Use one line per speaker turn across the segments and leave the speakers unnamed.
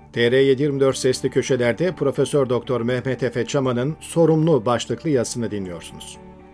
TR724 Sesli Köşeler'de Profesör Doktor Mehmet Efe Çaman'ın sorumlu başlıklı yazısını dinliyorsunuz.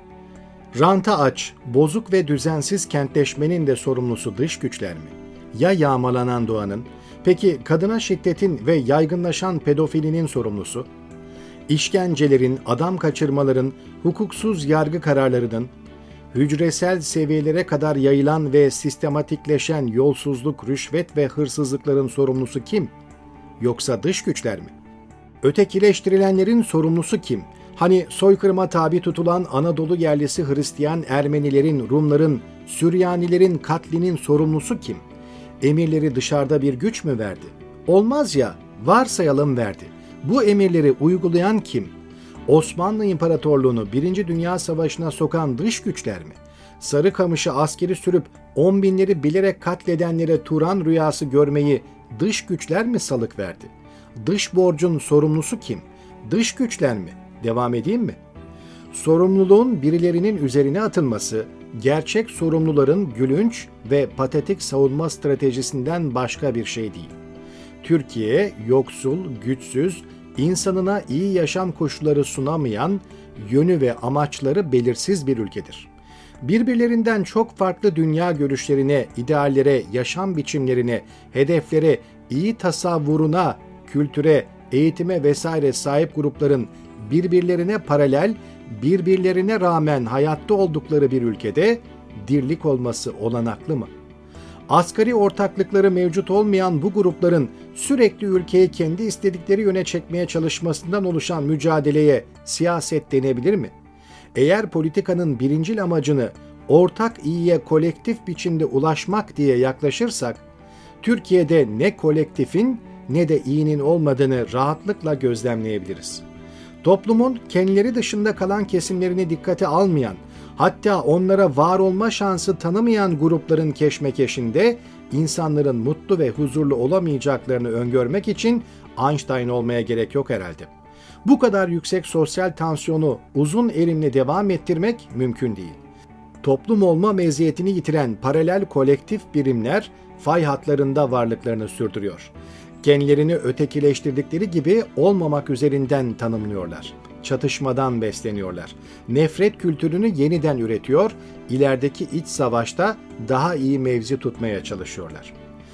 Ranta aç, bozuk ve düzensiz kentleşmenin de sorumlusu dış güçler mi? Ya yağmalanan doğanın? Peki kadına şiddetin ve yaygınlaşan pedofilinin sorumlusu? İşkencelerin, adam kaçırmaların, hukuksuz yargı kararlarının, hücresel seviyelere kadar yayılan ve sistematikleşen yolsuzluk, rüşvet ve hırsızlıkların sorumlusu kim? Yoksa dış güçler mi? Ötekileştirilenlerin sorumlusu kim? Hani soykırıma tabi tutulan Anadolu yerlisi Hristiyan Ermenilerin, Rumların, Süryanilerin katlinin sorumlusu kim? Emirleri dışarıda bir güç mü verdi? Olmaz ya, varsayalım verdi. Bu emirleri uygulayan kim? Osmanlı İmparatorluğu'nu 1. Dünya Savaşı'na sokan dış güçler mi? Sarıkamış'a askeri sürüp 10 binleri bilerek katledenlere Turan rüyası görmeyi dış güçler mi salık verdi? Dış borcun sorumlusu kim? Dış güçler mi? Devam edeyim mi? Sorumluluğun birilerinin üzerine atılması, gerçek sorumluların gülünç ve patetik savunma stratejisinden başka bir şey değil. Türkiye, yoksul, güçsüz, insanına iyi yaşam koşulları sunamayan, yönü ve amaçları belirsiz bir ülkedir. Birbirlerinden çok farklı dünya görüşlerine, ideallere, yaşam biçimlerine, hedeflere, iyi tasavvuruna, kültüre, eğitime vesaire sahip grupların birbirlerine paralel, birbirlerine rağmen hayatta oldukları bir ülkede dirlik olması olanaklı mı? Asgari ortaklıkları mevcut olmayan bu grupların sürekli ülkeyi kendi istedikleri yöne çekmeye çalışmasından oluşan mücadeleye siyaset denebilir mi? Eğer politikanın birincil amacını ortak iyiye kolektif biçimde ulaşmak diye yaklaşırsak, Türkiye'de ne kolektifin ne de iyinin olmadığını rahatlıkla gözlemleyebiliriz. Toplumun kendileri dışında kalan kesimlerini dikkate almayan, hatta onlara var olma şansı tanımayan grupların keşmekeşinde insanların mutlu ve huzurlu olamayacaklarını öngörmek için Einstein olmaya gerek yok herhalde. Bu kadar yüksek sosyal tansiyonu uzun erimli devam ettirmek mümkün değil. Toplum olma meziyetini yitiren paralel kolektif birimler fay hatlarında varlıklarını sürdürüyor. Kendilerini ötekileştirdikleri gibi olmamak üzerinden tanımlıyorlar. Çatışmadan besleniyorlar. Nefret kültürünü yeniden üretiyor, ilerideki iç savaşta daha iyi mevzi tutmaya çalışıyorlar.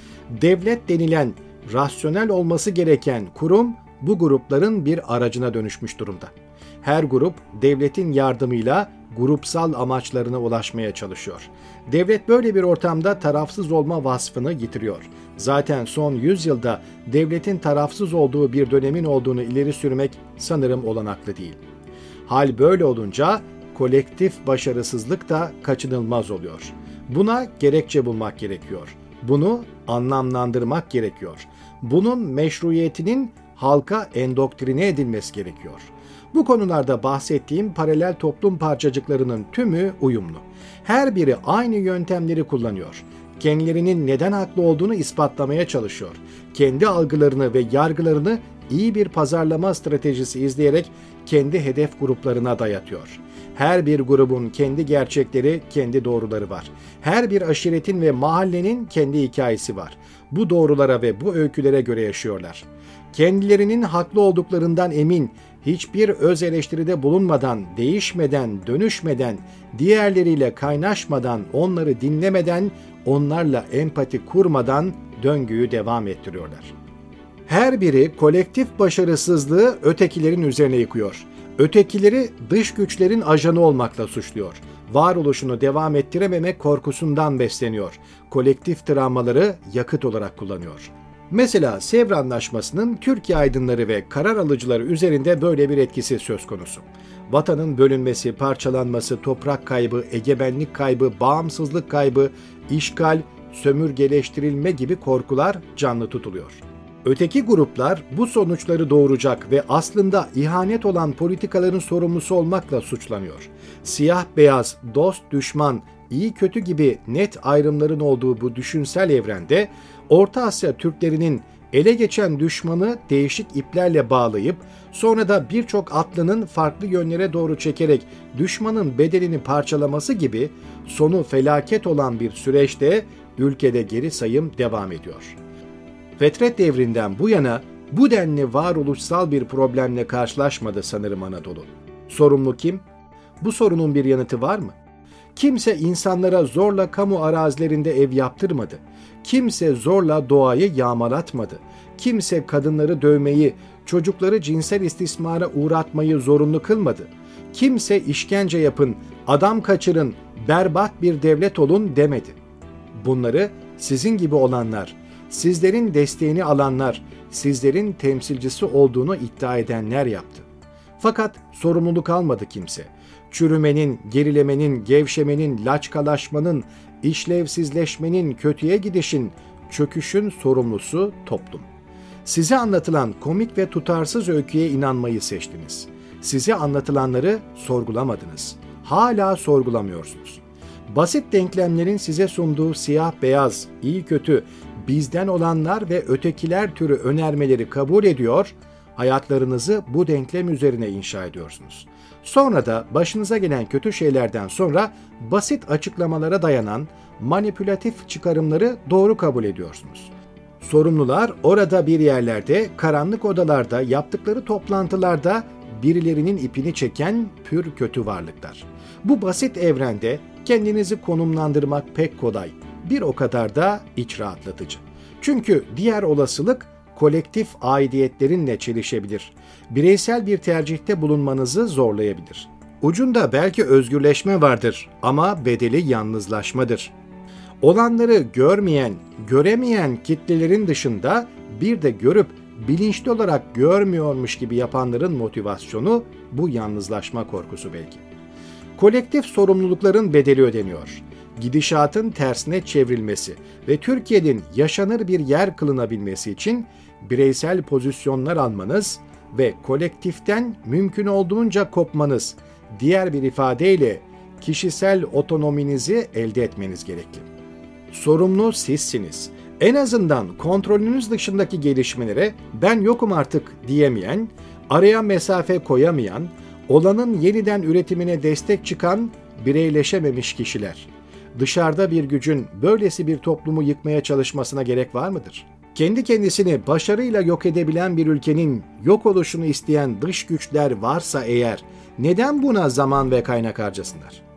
Devlet denilen rasyonel olması gereken kurum bu grupların bir aracına dönüşmüş durumda. Her grup devletin yardımıyla grupsal amaçlarına ulaşmaya çalışıyor. Devlet böyle bir ortamda tarafsız olma vasfını yitiriyor. Zaten son 100 yılda devletin tarafsız olduğu bir dönemin olduğunu ileri sürmek sanırım olanaklı değil. Hal böyle olunca kolektif başarısızlık da kaçınılmaz oluyor. Buna gerekçe bulmak gerekiyor. Bunu anlamlandırmak gerekiyor. Bunun meşruiyetinin halka endoktrine edilmesi gerekiyor. Bu konularda bahsettiğim paralel toplum parçacıklarının tümü uyumlu. Her biri aynı yöntemleri kullanıyor. Kendilerinin neden haklı olduğunu ispatlamaya çalışıyor. Kendi algılarını ve yargılarını iyi bir pazarlama stratejisi izleyerek kendi hedef gruplarına dayatıyor. Her bir grubun kendi gerçekleri, kendi doğruları var. Her bir aşiretin ve mahallenin kendi hikayesi var. Bu doğrulara ve bu öykülere göre yaşıyorlar. Kendilerinin haklı olduklarından emin, hiçbir öz eleştiride bulunmadan, değişmeden, dönüşmeden, diğerleriyle kaynaşmadan, onları dinlemeden, onlarla empati kurmadan döngüyü devam ettiriyorlar. Her biri kolektif başarısızlığı ötekilerin üzerine yıkıyor. Ötekileri dış güçlerin ajanı olmakla suçluyor. Varoluşunu devam ettirememek korkusundan besleniyor. Kolektif travmaları yakıt olarak kullanıyor. Mesela Sevr Anlaşması'nın Türkiye aydınları ve karar alıcıları üzerinde böyle bir etkisi söz konusu. Vatanın bölünmesi, parçalanması, toprak kaybı, egemenlik kaybı, bağımsızlık kaybı, işgal, sömürgeleştirilme gibi korkular canlı tutuluyor. Öteki gruplar bu sonuçları doğuracak ve aslında ihanet olan politikaların sorumlusu olmakla suçlanıyor. Siyah beyaz, dost düşman, iyi kötü gibi net ayrımların olduğu bu düşünsel evrende Orta Asya Türklerinin ele geçen düşmanı değişik iplerle bağlayıp sonra da birçok atlının farklı yönlere doğru çekerek düşmanın bedenini parçalaması gibi sonu felaket olan bir süreçte ülkede geri sayım devam ediyor. Fetret devrinden bu yana Bu denli varoluşsal bir problemle karşılaşmadı sanırım Anadolu. Sorumlu kim? Bu sorunun bir yanıtı var mı? Kimse insanlara zorla kamu arazilerinde ev yaptırmadı. Kimse zorla doğayı yağmalatmadı. Kimse kadınları dövmeyi, çocukları cinsel istismara uğratmayı zorunlu kılmadı. Kimse işkence yapın, adam kaçırın, berbat bir devlet olun demedi. Bunları sizin gibi olanlar, sizlerin desteğini alanlar, sizlerin temsilcisi olduğunu iddia edenler yaptı. Fakat sorumluluk almadı kimse. Çürümenin, gerilemenin, gevşemenin, laçkalaşmanın, işlevsizleşmenin, kötüye gidişin, çöküşün sorumlusu toplum. Size anlatılan komik ve tutarsız öyküye inanmayı seçtiniz. Size anlatılanları sorgulamadınız. Hala sorgulamıyorsunuz. Basit denklemlerin size sunduğu siyah beyaz, iyi kötü, bizden olanlar ve ötekiler türü önermeleri kabul ediyor, hayatlarınızı bu denklem üzerine inşa ediyorsunuz. Sonra da başınıza gelen kötü şeylerden sonra basit açıklamalara dayanan manipülatif çıkarımları doğru kabul ediyorsunuz. Sorumlular orada bir yerlerde, karanlık odalarda, yaptıkları toplantılarda birilerinin ipini çeken pür kötü varlıklar. Bu basit evrende kendinizi konumlandırmak pek kolay, bir o kadar da iç rahatlatıcı. Çünkü diğer olasılık kolektif aidiyetlerinle çelişebilir. Bireysel bir tercihte bulunmanızı zorlayabilir. Ucunda belki özgürleşme vardır ama bedeli yalnızlaşmadır. Olanları görmeyen, göremeyen kitlelerin dışında bir de görüp bilinçli olarak görmüyormuş gibi yapanların motivasyonu bu yalnızlaşma korkusu belki. Kolektif sorumlulukların bedeli ödeniyor. Gidişatın tersine çevrilmesi ve Türkiye'nin yaşanır bir yer kılınabilmesi için bireysel pozisyonlar almanız ve kolektiften mümkün olduğunca kopmanız, diğer bir ifadeyle kişisel otonominizi elde etmeniz gerekli. Sorumlu sizsiniz. En azından kontrolünüz dışındaki gelişmelere ben yokum artık diyemeyen, araya mesafe koyamayan, olanın yeniden üretimine destek çıkan bireyleşememiş kişiler. Dışarıda bir gücün böylesi bir toplumu yıkmaya çalışmasına gerek var mıdır? Kendi kendisini başarıyla yok edebilen bir ülkenin yok oluşunu isteyen dış güçler varsa eğer, neden buna zaman ve kaynak harcasınlar?